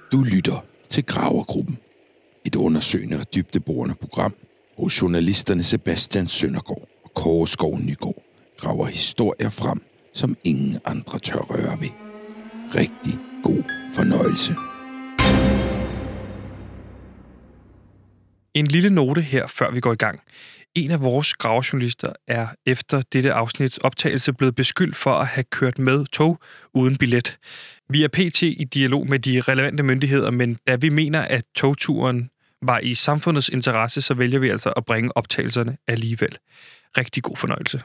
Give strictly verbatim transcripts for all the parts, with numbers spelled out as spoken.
Du lytter til Gravergruppen. Et undersøgende og dybdeborende program, hvor journalisterne Sebastian Søndergaard og Kåre Skov Nygaard graver historier frem, som ingen andre tør røre ved. Rigtig god fornøjelse. En lille note her, før vi går i gang. En af vores gravejournalister er efter dette afsnits optagelse blevet beskyldt for at have kørt med tog uden billet. Vi er pt. I dialog med de relevante myndigheder, men da vi mener, at togturen var i samfundets interesse, så vælger vi altså at bringe optagelserne alligevel. Rigtig god fornøjelse.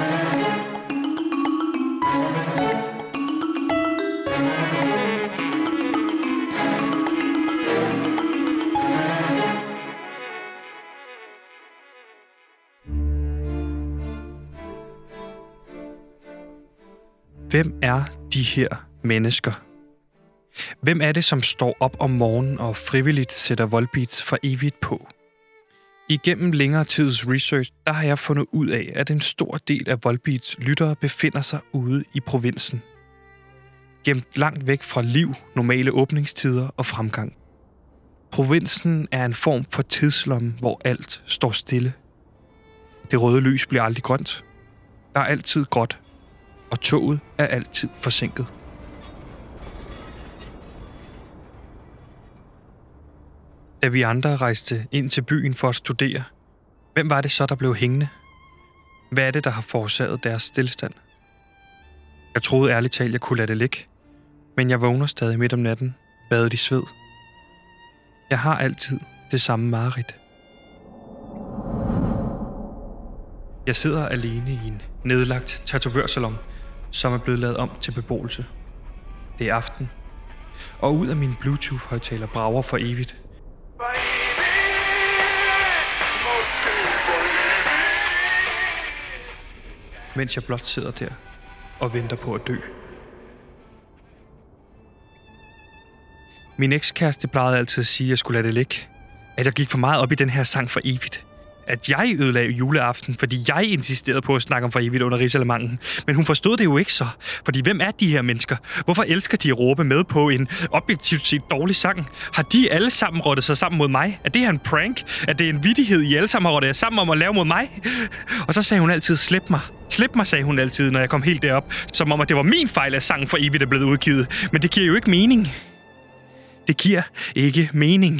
Hvem er de her mennesker? Hvem er det, som står op om morgenen og frivilligt sætter Volbeats for evigt på? Igennem længere tids research, der har jeg fundet ud af, at en stor del af Volbeats lyttere befinder sig ude i provinsen. Gemt langt væk fra liv, normale åbningstider og fremgang. Provinsen er en form for tidslomme, hvor alt står stille. Det røde lys bliver aldrig grønt. Der er altid gråt. Og toget er altid forsinket. Da vi andre rejste ind til byen for at studere, hvem var det så, der blev hængende? Hvad er det, der har forårsaget deres stillestand? Jeg troede ærligt talt, jeg kunne lade det ligge, men jeg vågner stadig midt om natten, badet i sved. Jeg har altid det samme mareridt. Jeg sidder alene i en nedlagt tatovørsalon, som er blevet lavet om til beboelse. Det er aften, og ud af min Bluetooth-højttaler brager for evigt. Mens jeg blot sidder der og venter på at dø. Min ekskæreste plejede altid at sige, at jeg skulle lade det ligge. At jeg gik for meget op i den her sang for evigt. At jeg ødelagde juleaften, fordi jeg insisterede på at snakke om for evigt under Rigsalermangen. Men hun forstod det jo ikke så. Fordi hvem er de her mennesker? Hvorfor elsker de at råbe med på en objektivt set dårlig sang? Har de alle sammen rottet sig sammen mod mig? Er det her en prank? Er det en vittighed, I alle sammen har rottet jer sammen om at lave mod mig? Og så sagde hun altid, slip mig. Slip mig, sagde hun altid, når jeg kom helt derop. Som om, at det var min fejl, at sangen for evigt er blevet udgivet. Men det giver jo ikke mening. Det giver ikke mening.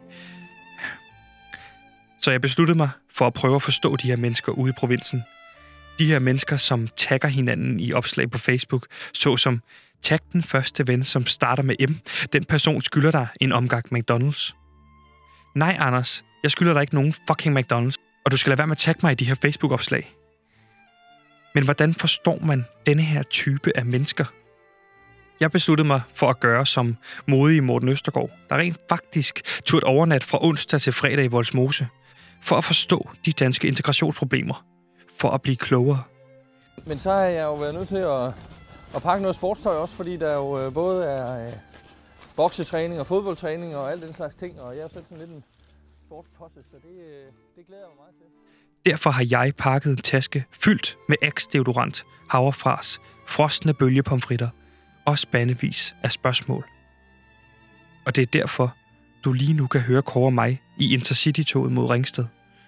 Så jeg besluttede mig for at prøve at forstå de her mennesker ude i provinsen. De her mennesker, som tagger hinanden i opslag på Facebook, såsom tag den første ven, som starter med M. Den person skylder dig en omgang McDonald's. Nej, Anders, jeg skylder dig ikke nogen fucking McDonald's, og du skal lade være med at tagge mig i de her Facebook-opslag. Men hvordan forstår man denne her type af mennesker? Jeg besluttede mig for at gøre som modige Morten Østergaard, der rent faktisk tog et overnat fra onsdag til fredag i Vollsmose, for at forstå de danske integrationsproblemer, for at blive klogere. Men så har jeg jo været nødt til at, at pakke noget sportstøj også, fordi der jo både er øh, boksetræning og fodboldtræning og alt den slags ting, og jeg er selv sådan lidt en sportstosse, så det, øh, det glæder jeg mig meget til. Derfor har jeg pakket en taske fyldt med Axe-deodorant, havrefras, frosne bølgepomfritter og spandevis af spørgsmål. Og det er derfor, du lige nu kan høre Kåre og mig i Intercity-toget mod Ringsted.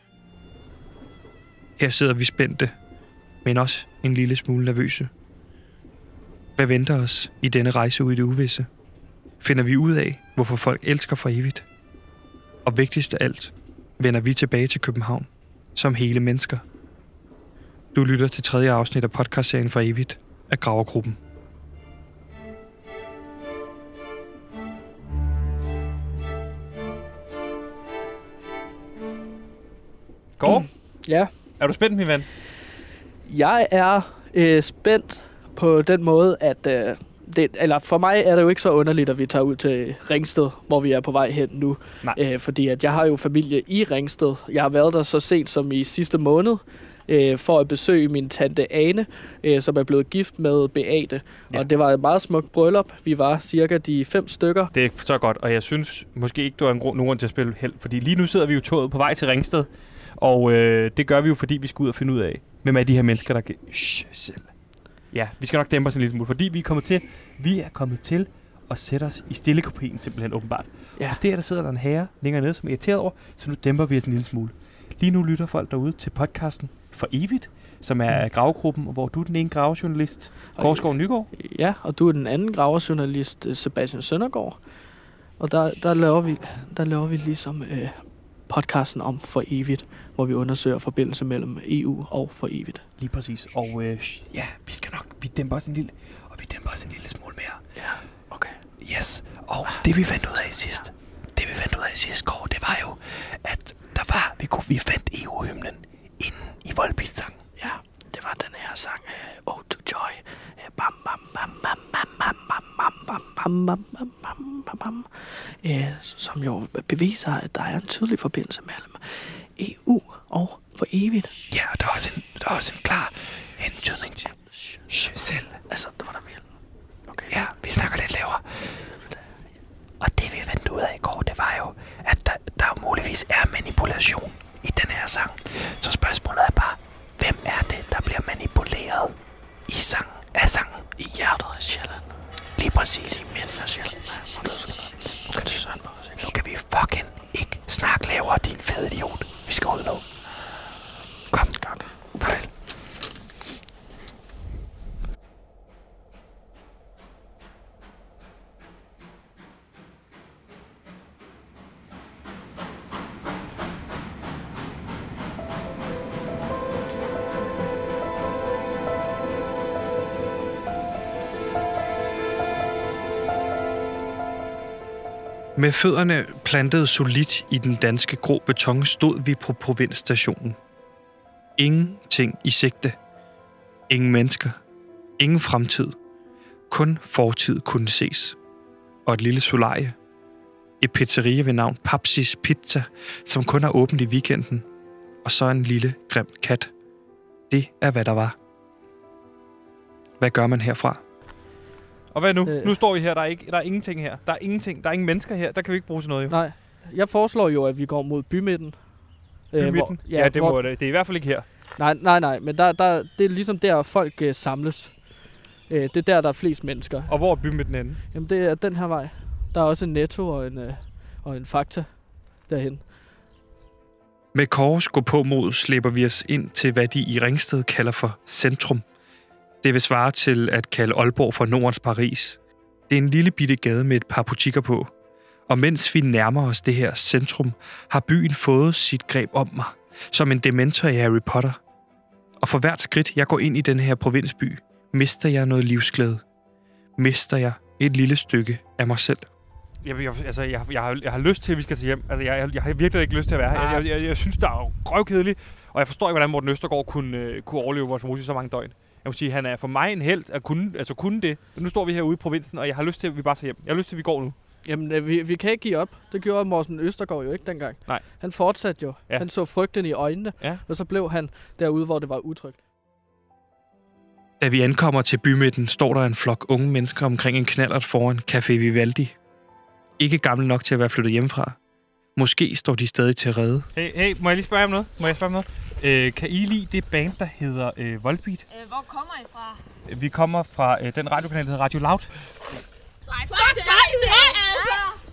Her sidder vi spændte, men også en lille smule nervøse. Hvad venter os i denne rejse ud i det uvisse? Finder vi ud af, hvorfor folk elsker for evigt? Og vigtigst af alt, vender vi tilbage til København som hele mennesker. Du lytter til tredje afsnit af podcastserien For Evigt af Gravergruppen. Gård? Mm, ja. Er du spændt, min ven? Jeg er øh, spændt på den måde, at øh, det, eller for mig er det jo ikke så underligt, at vi tager ud til Ringsted, hvor vi er på vej hen nu. Øh, fordi at jeg har jo familie i Ringsted. Jeg har været der så sent som i sidste måned øh, for at besøge min tante Ane, øh, som er blevet gift med Beate. Ja. Og det var et meget smukt bryllup. Vi var cirka de fem stykker. Det er så godt, og jeg synes måske ikke, du har en grund, nogen til at spille held, fordi lige nu sidder vi jo toget på vej til Ringsted, og øh, det gør vi jo, fordi vi skal ud og finde ud af, hvem er de her mennesker, der kan... Shh, selv. Ja, vi skal nok dæmpe os en lille smule, fordi vi er kommet til, vi er kommet til og sætte os i stillekopien simpelthen åbenbart. Ja. Og der, der sidder der en herre længere nede, som er irriteret over, så nu dæmper vi os en lille smule. Lige nu lytter folk derude til podcasten For Evigt, som er mm. gravegruppen, hvor du er den ene gravejournalist, Korsgaard Nygaard. Ja, og du er den anden gravejournalist, Sebastian Søndergaard. Og der, der, laver, vi, der laver vi ligesom øh, podcasten om For Evigt, hvor vi undersøger forbindelse mellem E U og For Evigt. Lige præcis. Og øh, ja, vi skal nok, vi dæmper os en lille, og vi dæmper os en lille smule mere. Ja, okay. Yes. Og det vi fandt ud af sidst, det vi fandt ud af sidst, Kåre, det var jo, at der var, vi, kunne, vi fandt E U-hymnen inde i Volbeat-sangen. Ja, det var den her sang, uh, Ode to Joy. Uh, bam, bam, bam, bam, bam, bam, bam, bam, bam, bam, bam, bam, bam, bam. Uh, som jo beviser, at der er en tydelig forbindelse mellem E U og For Evigt. Ja, og der er også en, der er også en klar hentydning til selv. Altså, det var der vel. Okay. Ja, vi snakker lidt lavere. Og det vi fandt ud af i går, det var jo, at der, der muligvis er manipulation i den her sang. Så spørgsmålet er bare, hvem er det, der bliver manipuleret i sang af sangen? I hjertet af Sjælland. Lige præcis. I midten af Sjælland. Nu kan, vi, nu kan vi fucking ikke snakke lavere, din fede idiot. Vi skal ud nu. Kom, godt. Farvel. Med fødderne plantet solidt i den danske grå beton stod vi på provinsstationen. Ingenting i sigte. Ingen mennesker. Ingen fremtid. Kun fortid kunne ses. Og et lille solarie. Et pizzeria ved navn Papsis Pizza, som kun er åbent i weekenden. Og så en lille grim kat. Det er, hvad der var. Hvad gør man herfra? Og hvad nu? Øh. Nu står vi her, der er, ikke, der er ingenting her. Der er ingenting. Der er ingen mennesker her. Der kan vi ikke bruge til noget, jo. Nej, jeg foreslår jo, at vi går mod bymidten. Bymidten? Øh, hvor, ja, ja, det, hvor, må det. Det er i hvert fald ikke her. Nej, nej, nej, men der, der, det er ligesom der, folk øh, samles. Øh, det er der, der er flest mennesker. Og hvor er bymidten henne? Jamen, det er den her vej. Der er også en Netto og en, øh, og en Fakta derhen. Med Kåres gå på mod slæber vi os ind til, hvad de i Ringsted kalder for centrum. Det vil svare til at kalde Aalborg for Nordens Paris. Det er en lille bitte gade med et par butikker på. Og mens vi nærmer os det her centrum, har byen fået sit greb om mig, som en dementor i Harry Potter. Og for hvert skridt, jeg går ind i den her provinsby, mister jeg noget livsglæde. Mister jeg et lille stykke af mig selv. Jeg, jeg, altså, jeg, jeg, har, jeg har lyst til, at vi skal til hjem. Altså, jeg, jeg, jeg har virkelig ikke lyst til at være her. Jeg, jeg, jeg, jeg synes, der er røvkedeligt, og jeg forstår ikke, hvordan Morten Østergaard kunne, øh, kunne overleve vores musik så mange døgn. Jeg må sige, han er for mig en helt at kunne, altså kunne det. Nu står vi herude i provinsen, og jeg har lyst til, at vi bare tager hjem. Jeg har lyst til, at vi går nu. Jamen, øh, vi, vi kan ikke give op. Det gjorde Morten Østergaard jo ikke dengang. Nej. Han fortsatte jo. Ja. Han så frygten i øjnene, ja. Og så blev han derude, hvor det var utrygt. Da vi ankommer til bymidten, står der en flok unge mennesker omkring en knallert foran Café Vivaldi. Ikke gamle nok til at være flyttet hjemmefra. Måske står de stadig til redde. Hey, hey, må jeg lige spørge om noget? Må jeg spørge om noget? Øh, kan I lide det band, der hedder øh, Volbeat? Øh, hvor kommer I fra? Vi kommer fra øh, den radiokanal, der hedder Radio Loud. Nej, fuck det er det, altså!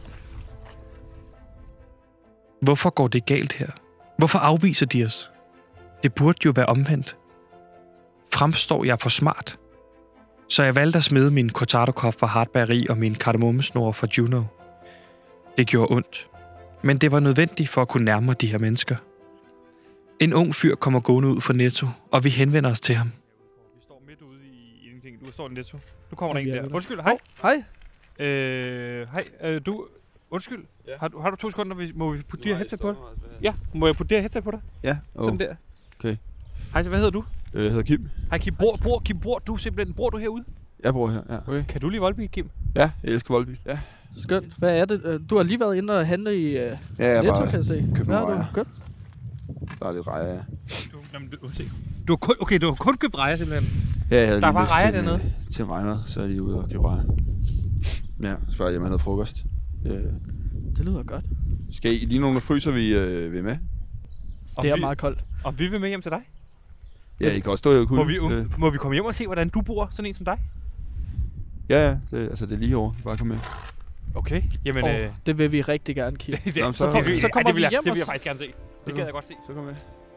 Hvorfor går det galt her? Hvorfor afviser de os? Det burde jo være omvendt. Fremstår jeg for smart? Så jeg valgte at smide min cortado-kop fra Hartberg og min kardemommesnor fra Juno. Det gjorde ondt. Men det var nødvendigt for at kunne nærme mig de her mennesker. En ung fyr kommer gående ud fra Netto, og vi henvender os til ham. Vi står midt ude i ingenting. Du står i Netto. Nu kommer der en Ja, der. det. Undskyld, hej. Hej. Øh, hej, øh, du... Undskyld. Ja. Har, du, har du to sekunder? Vi- Må vi putte de her headset på dig? Ja, må jeg putte det her headset på dig? Ja, oh. Sådan der. Okay. Hej, så hvad hedder du? Øh, jeg hedder Kim. Hej, Kim. Bor, bor, Kim, bor du simpelthen... Bor du herude? Jeg bor her, ja. Okay. Kan du lide Volbeat, Kim? Ja, jeg elsker Volbeat. Ja. Skønt. Hvad er det? Du har lige været inde og handle i uh, Ja, jeg Netto, bare kan jeg se. købt Hvad nogle har du rejer. købt? Der er lidt rejer, ja. Du, jamen, du, se. du har kun, okay, du har kun købt rejer simpelthen. Ja, jeg havde Der lige var lyst rejer til, dernede? øh, til regner, så er de ude og købe rejer. Ja, så bare hjemme have noget frokost. Øh, Det lyder godt. skal I lige nogen, der fryser, vi øh, vil med? Om Det er vi, meget koldt. Om vi vil med hjem til dig? Ja, I kan også stå her og Må kunne. vi, um, Øh, må vi komme hjem og se, hvordan du bor, sådan en som dig? Ja, ja. Det, altså, det er lige over. Bare kom med. Okay. Jamen, oh, øh... det vil vi rigtig gerne, Kim. det, Jamen, så, så, det, så kommer ja, det vil jeg, vi hjem det vil jeg os. faktisk gerne se. Det gad jeg godt se. Så kom med.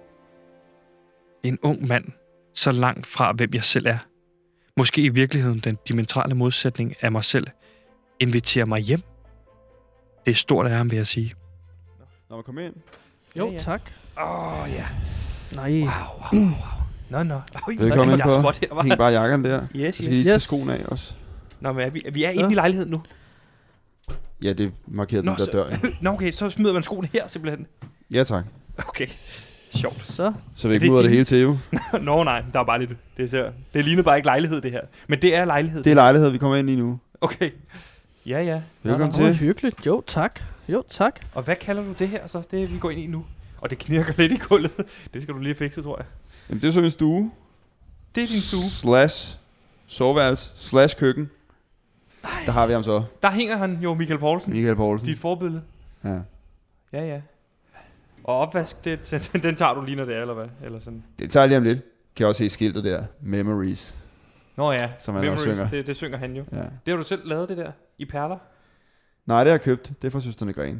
En ung mand, så langt fra, hvem jeg selv er. Måske i virkeligheden den diametrale modsætning af mig selv, inviterer mig hjem. Det er stort af ham, vil jeg sige. Nå, men kom ind. Jo, Ja, ja. tak. Åh, oh, ja. Nej. Wow, wow, wow. Nå, nå. Velkommen jeg er indenfor. småt her, hva'? Hæng bare jakkerne der. Yes, Så skal I lige yes. tage skoene af også. Nå, men er vi, vi er inde Ja. i lejligheden nu. Ja, det markerer Nå, den der så- dør. Ja. Nå, okay, så smider man skoene her simpelthen. Ja, tak. Okay. Sjovt. Så. Så vi ikke Det er mudder det din- hele til, jo. Nå, nej, der er bare lidt... Det, ser, det ligner bare ikke lejlighed, det her. Men det er lejlighed. Det er lejlighed, vi kommer ind i nu. Okay. Ja, ja. Velkommen Nå, til. nå. Åh, hyggeligt. Jo, tak. Jo, tak. Og hvad kalder du det her så? Det vi går ind i nu. Og det knirker lidt i gulvet. Det skal du lige fikse, tror jeg. Jamen, det er så en stue. Det er din stue. Slash soveværelse. Slash køkken. Der har vi ham så. Der hænger han jo, Michael Poulsen. Michael Poulsen. Dit forbillede. Ja. Ja, ja. Og opvask, det, den, den tager du lige, når det er, eller hvad? Eller sådan. Det tager jeg lige om lidt. Kan jeg også se skiltet der. Memories. Nå ja, Som han også synger. det, det synger han jo. Ja. Det har du selv lavet, det der, i perler. Nej, det har jeg købt. Det er fra søsterne Gren.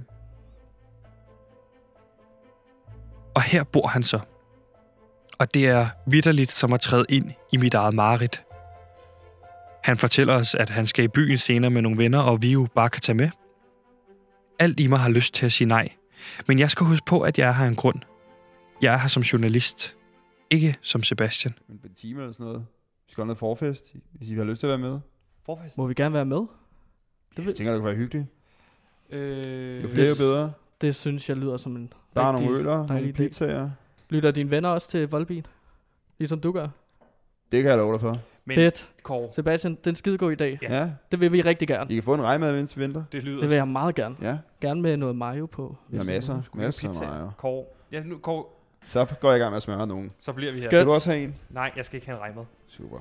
Og her bor han så. Og det er vitterligt som at træde ind i mit eget mareridt. Han fortæller os, at han skal i byen senere med nogle venner, og vi jo bare kan tage med. Alt i mig har lyst til at sige nej. Men jeg skal huske på, at jeg er her af en grund. Jeg er her som journalist. Ikke som Sebastian. Men på en time eller sådan noget. Vi skal have noget forfest, hvis I har lyst til at være med. Forfest. Må vi gerne være med? Det jeg tænker, det kunne være hyggeligt. Øh, Jo flere, jo bedre. Det synes jeg lyder som en Der er rigtig nogle øler, nogle dejlig idé. pizzaer. Lytter dine venner også til Voldbeat? Ligesom du gør? Det kan jeg love dig for. Men Fedt. Kåre, Sebastian, det er en skide god idé. Ja. Ja. Det vil vi rigtig gerne. I kan få en rejmad, mens vi venter. det lyder... Det vil jeg meget gerne. Ja. Gerne med noget mayo på. Vi har masser. Skulle vi Masser have af pizza? mayo. Kåre. Ja, nu, Kåre, Så går jeg i gang med at smøre nogen. så bliver vi her. Skønt. Skal du også have en? Nej, jeg skal ikke have en regmad. Super.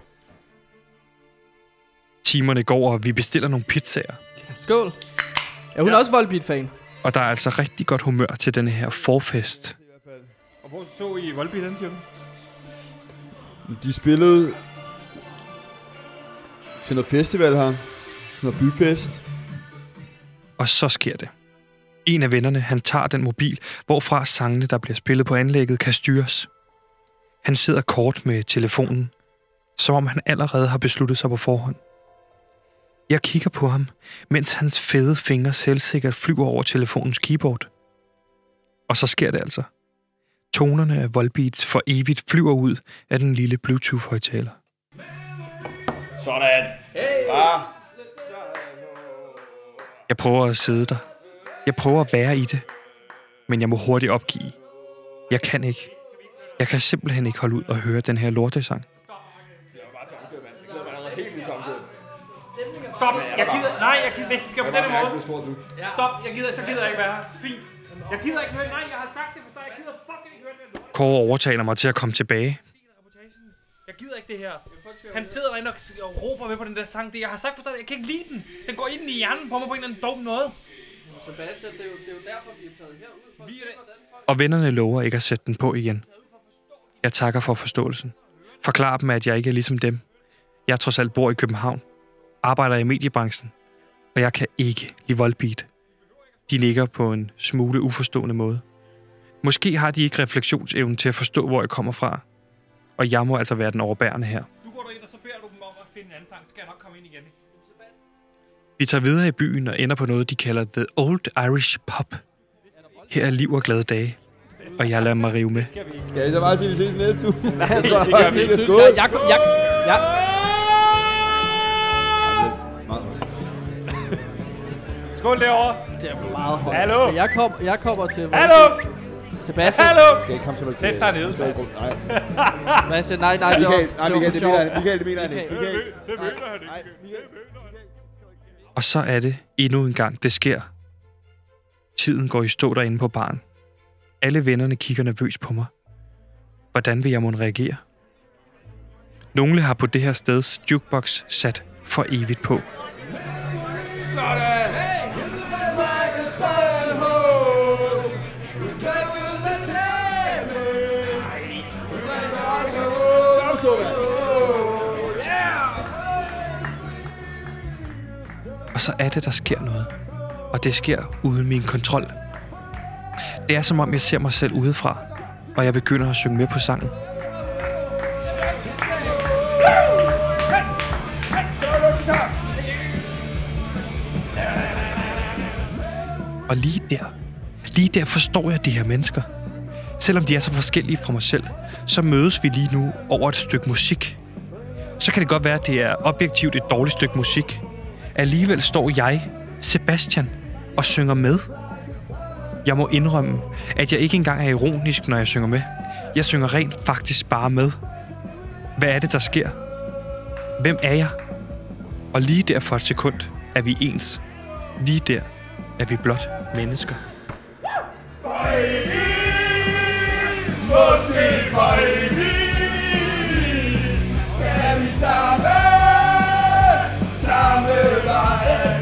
Timerne går, og vi bestiller nogle pizzaer. Skål. Er hun Ja. også Voldbeat-fan? Og der er altså rigtig godt humør til denne her forfest. Og hvor så I Voldby den, siger du? De spillede til noget festival her. Sådan noget byfest. Og så sker det. En af vennerne, han tager den mobil, hvorfra sangene, der bliver spillet på anlægget, kan styres. Han sidder kort med telefonen, som om han allerede har besluttet sig på forhånd. Jeg kigger på ham, mens hans fede fingre selvsikkert flyver over telefonens keyboard. Og så sker det altså. Tonerne af Volbeats for evigt flyver ud af den lille Bluetooth-højttaler. Sådan. Hey. Bare. Jeg prøver at sidde der. Jeg prøver at være i det. Men jeg må hurtigt opgive. Jeg kan ikke. Jeg kan simpelthen ikke holde ud og høre den her lortesang. Stop, jeg gider... Nej, jeg gider... Hvis det skal på denne måde... Stop, jeg gider... Så gider jeg ikke være her. Fint. Jeg gider ikke høre... Nej, jeg har sagt det for dig. Jeg gider fucking ikke høre det. Kåre overtaler mig til at komme tilbage. Jeg gider ikke det her. Han sidder derinde og, og råber med på den der sang. Det, jeg har sagt for dig, jeg kan ikke lide den. Den går ind i hjernen på mig på en eller anden dum måde. Sebastian, det er jo, det er jo derfor, vi er taget herud. For Vi er det. Og vennerne lover ikke at sætte den på igen. Jeg takker for forståelsen. Forklarer dem, at jeg ikke er ligesom dem. Jeg trods alt bor i København. Arbejder i mediebranchen. Og jeg kan ikke lide Volbeat. De ligger på en smule uforstående måde. Måske har de ikke refleksionsevnen til at forstå, hvor jeg kommer fra. Og jeg må altså være den overbærende her. Nu går du ind, og så beder du dem om at finde en anden sang. Så skal jeg nok komme ind igen. Vi tager videre i byen og ender på noget, de kalder The Old Irish Pub. Her er liv og glade dage. Og jeg lader mig rive med. Skal I så bare sige, at vi ses næste uge? Nej, det gør vi Det ikke. synes jeg, jeg, jeg, jeg, Skål derovre. det er meget højt. Hallo? Jeg, kom, jeg kommer til... Hallo? Sebastian. Hallo? Skal ikke komme til Sæt dig ned. Nej, Sebastian, nej, nej, det var, Michael, nej, det var Michael, for det sjov. mener han. Michael, det mener han ikke. Michael. Michael. Det mener han Nej, ikke. Michael. Og så er det endnu en gang, det sker. Tiden går i stå derinde på baren. Alle vennerne kigger nervøst på mig. Hvordan vil jeg mon reagere? Nogle har på det her steds jukebox sat for evigt på. så er det, der sker noget. Og det sker uden min kontrol. Det er som om, jeg ser mig selv udefra, og jeg begynder at synge med på sangen. Og lige der, lige der forstår jeg de her mennesker. Selvom de er så forskellige fra mig selv, så mødes vi lige nu over et stykke musik. Så kan det godt være, at det er objektivt et dårligt stykke musik. Alligevel står jeg, Sebastian, og synger med. Jeg må indrømme, at jeg ikke engang er ironisk, når jeg synger med. Jeg synger rent faktisk bare med. Hvad er det, der sker? Hvem er jeg? Og lige der for et sekund er vi ens. Lige der er vi blot mennesker. Måske for skal vi sammen, samme vej.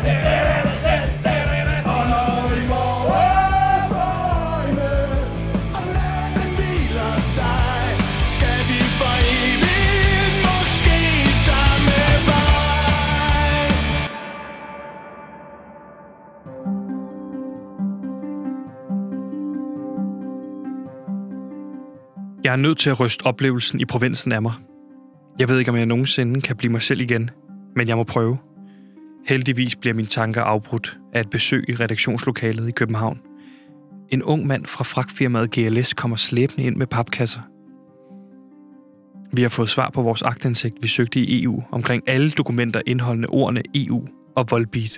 Og når vi morgen øjne, og landet hviler sig, skal vi for evigt, måske samme vej. Jeg er nødt til at ryste oplevelsen i provinsen af mig. Jeg ved ikke, om jeg nogensinde kan blive mig selv igen, men jeg må prøve. Heldigvis bliver mine tanker afbrudt af et besøg i redaktionslokalet i København. En ung mand fra fragtfirmaet G L S kommer slæbende ind med papkasser. Vi har fået svar på vores aktindsigt, vi søgte i E U, omkring alle dokumenter indeholdende ordene E U og Volbeat.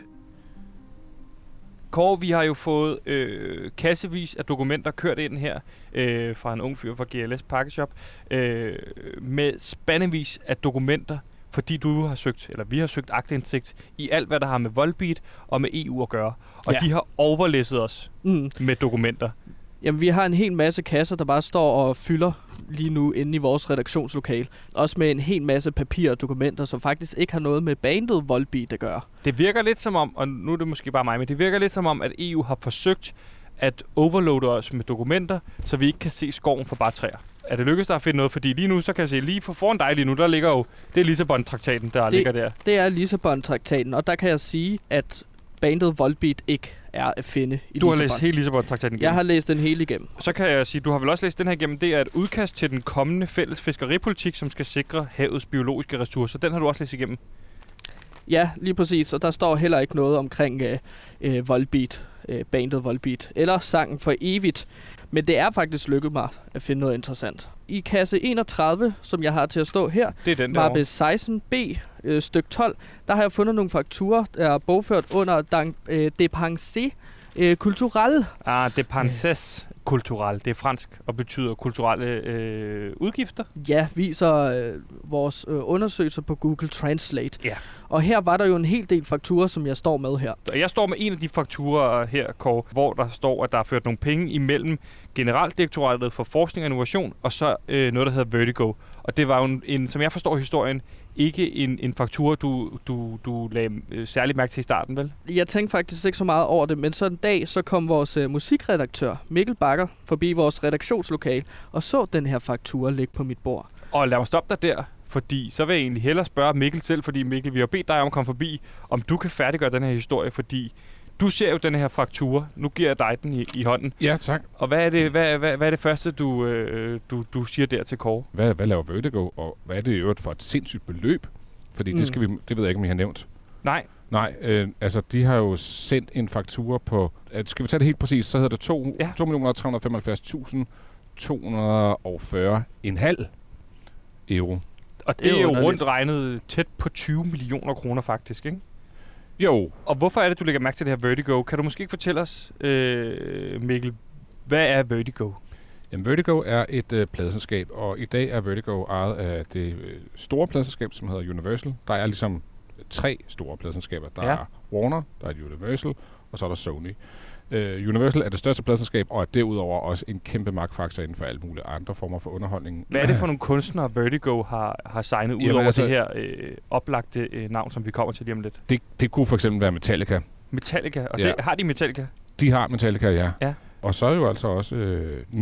Kåre, vi har jo fået øh, kassevis af dokumenter kørt ind her øh, fra en ung fyr fra G L S Pakkeshop øh, med spandevis af dokumenter, fordi du har søgt, eller vi har søgt aktindsigt i alt, hvad der har med Volbeat og med E U at gøre. Og ja. De har overlæsset os mm. med dokumenter. Jamen, vi har en hel masse kasser, der bare står og fylder lige nu inde i vores redaktionslokale. Også med en hel masse papir og dokumenter, som faktisk ikke har noget med bandet Volbeat at gøre. Det virker lidt som om, og nu er det måske bare mig, men det virker lidt som om, at E U har forsøgt at overloade os med dokumenter, så vi ikke kan se skoven for bare træer. Er det lykkedes dig at finde noget? Fordi lige nu, så kan jeg se, lige for, foran dig lige nu, der ligger jo, det er Lissabon-traktaten, der det, ligger der. Det er Lissabon-traktaten, og der kan jeg sige, at bandet Volbeat ikke er at finde i Du Lissabon. har læst hele Lissabon-traktaten igennem? Jeg har læst den hele igennem. Så kan jeg sige, du har vel også læst den her igennem. Det er et udkast til den kommende fælles fiskeripolitik, som skal sikre havets biologiske ressourcer. Den har du også læst igennem? Ja, lige præcis. Og der står heller ikke noget omkring øh, øh, Volbeat, øh, bandet Volbeat, eller sangen for evigt. Men det er faktisk lykkedes mig at finde noget interessant. I kasse enogtredive, som jeg har til at stå her, det er den der mappe seksten B, øh, stykke tolv, der har jeg fundet nogle fakturer, der er bogført under dan, øh, Dépensé øh, Culturel. Ah, Dépensés Culturel. Det er fransk og betyder kulturelle øh, udgifter. Ja, viser øh, vores øh, undersøgelser på Google Translate. Ja. Og her var der jo en hel del fakturer, som jeg står med her. Jeg står med en af de fakturer her, Kåre, hvor der står, at der er ført nogle penge imellem Generaldirektoratet for Forskning og Innovation, og så øh, noget, der hedder Vertigo. Og det var jo en, en som jeg forstår historien, ikke en, en faktura, du, du, du lagde øh, særlig mærke til i starten, vel? Jeg tænkte faktisk ikke så meget over det, men så en dag, så kom vores øh, musikredaktør, Mikkel Bakker, forbi vores redaktionslokale, og så den her faktura ligge på mit bord. Og lad mig stoppe dig der, fordi så vil jeg egentlig hellere spørge Mikkel selv, fordi Mikkel, vi har bedt dig om at komme forbi, om du kan færdiggøre den her historie, fordi du ser jo den her faktura. Nu giver jeg dig den i, i hånden. Ja, tak. Og hvad er det, hvad, hvad, hvad er det første, du, øh, du, du siger der til Kåre? Hvad, hvad laver Vertigo, og hvad er det i øvrigt for et sindssygt beløb? Fordi mm. det, skal vi, det ved jeg ikke, om I har nævnt. Nej. Nej, øh, altså de har jo sendt en faktura på, øh, skal vi tage det helt præcis, så hedder det to millioner tre hundrede og femoghalvfjerds tusind to hundrede og fyrre komma fem euro. Og det, det er jo rundt regnet tæt på tyve millioner kroner faktisk, ikke? Jo. Og hvorfor er det, du lægger mærke til det her Vertigo? Kan du måske ikke fortælle os, øh, Mikkel, hvad er Vertigo? Jamen, Vertigo er et øh, pladeselskab, og i dag er Vertigo ejet af det øh, store pladeselskab, som hedder Universal. Der er ligesom tre store pladeselskaber. Der ja. er Warner, der er Universal, og så er der Sony. Uh, Universal er det største pladeselskab, og er derudover også en kæmpe magtfaktor inden for alle mulige andre former for underholdning. Hvad er det for nogle kunstnere, Vertigo har, har signet ud over altså, det her øh, oplagte øh, navn, som vi kommer til lige om lidt? Det, det kunne for eksempel være Metallica. Metallica? Og ja. det, har de Metallica? De har Metallica, ja. ja. Og så er jo altså også øh, nu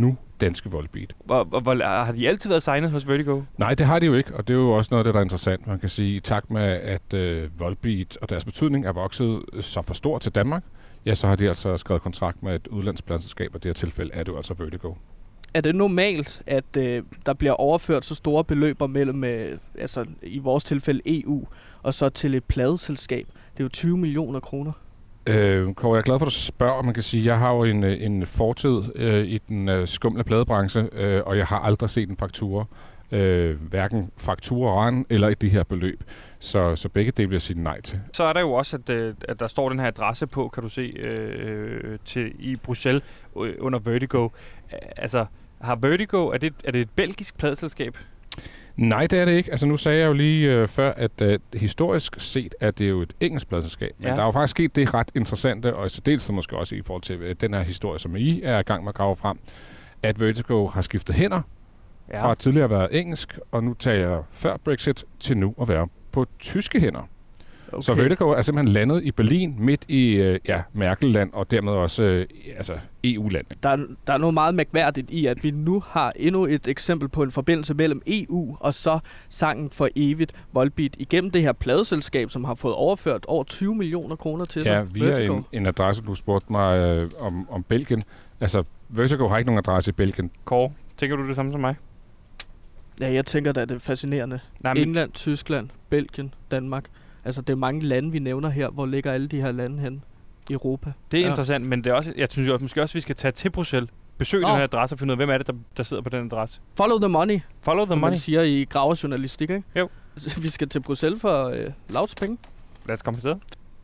danske Volbeat. Hvor, hvor, har de altid været signet hos Vertigo? Nej, det har de jo ikke, og det er jo også noget af det, der er interessant. Man kan sige, i takt med, at øh, Volbeat og deres betydning er vokset så for stor til Danmark, ja, så har de altså skrevet kontrakt med et udlandspladselskab, og i det her tilfælde er det jo altså Vertigo. Er det normalt, at øh, der bliver overført så store beløber mellem, øh, altså i vores tilfælde E U, og så til et pladeselskab? Det er jo tyve millioner kroner. Øh, Kåre, jeg er glad for, at du spørger. Man kan sige, jeg har jo en, en fortid øh, i den øh, skumle pladebranche, øh, og jeg har aldrig set en faktura. Øh, hverken fakturaren eller i de her beløb. Så, så begge dele vil jeg sige nej til. Så er der jo også, at, at der står den her adresse på, kan du se, øh, til, i Bruxelles øh, under Vertigo. Altså, har Vertigo, er det, er det et belgisk pladeselskab? Nej, det er det ikke. Altså, nu sagde jeg jo lige øh, før, at øh, historisk set er det jo et engelsk pladeselskab. Men ja. Der er jo faktisk sket det ret interessante, og i særdeleshed måske også i forhold til øh, den her historie, som I er i gang med at grave frem, at Vertigo har skiftet hænder ja. Fra at tidligere at være engelsk, og nu tager jeg før Brexit til nu at være på tyske hænder. Okay. Så Vertigo er simpelthen landet i Berlin, midt i øh, ja, Merkel-land, og dermed også øh, altså E U-land. Der, der er noget meget mærkværdigt i, at vi nu har endnu et eksempel på en forbindelse mellem E U og så sangen for evigt Volbeat igennem det her pladeselskab, som har fået overført over tyve millioner kroner til sig. Ja, via en, en adresse, du spurgte mig øh, om, om Belgien. Altså, Vertigo har ikke nogen adresse i Belgien. Kåre, tænker du det samme som mig? Ja, jeg tænker da, det er fascinerende. Nej, men... England, Tyskland, Belgien, Danmark. Altså, det er mange lande, vi nævner her. Hvor ligger alle de her lande hen i Europa? Det er ja. interessant, men det er også, jeg synes jo måske også, at vi skal tage til Bruxelles, besøge oh. den her adresse og finde ud af, hvem er det, der, der sidder på den adresse. Follow the money. Follow the som money. man siger i gravejournalistik, ikke? Jo. Vi skal til Bruxelles for øh, lavts penge. Lad os komme afsted.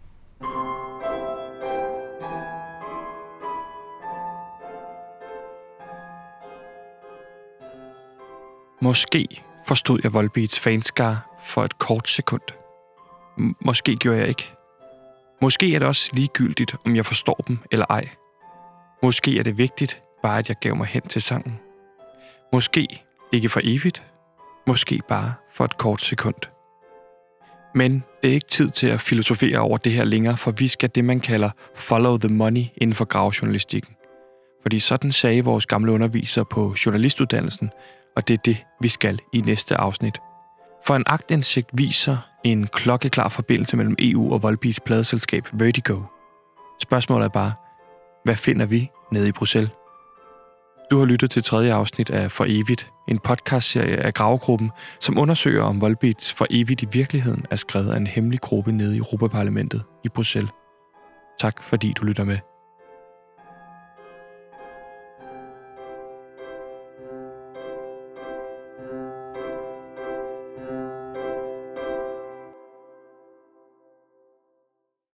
Måske forstod jeg Volbeats fanskare for et kort sekund. M- måske gjorde jeg ikke. Måske er det også ligegyldigt, om jeg forstår dem eller ej. Måske er det vigtigt, bare at jeg gav mig hen til sangen. Måske ikke for evigt. Måske bare for et kort sekund. Men det er ikke tid til at filosofere over det her længere, for vi skal det, man kalder follow the money inden for gravejournalistikken. Fordi sådan sagde vores gamle undervisere på journalistuddannelsen, og det er det, vi skal i næste afsnit. For en aktindsigt viser en klokkeklar forbindelse mellem E U og Volbeats pladeselskab Vertigo. Spørgsmålet er bare, hvad finder vi nede i Bruxelles? Du har lyttet til tredje afsnit af For Evigt, en podcastserie af Gravegruppen, som undersøger, om Volbeats For Evigt i virkeligheden er skrevet af en hemmelig gruppe nede i Europaparlamentet i Bruxelles. Tak fordi du lytter med.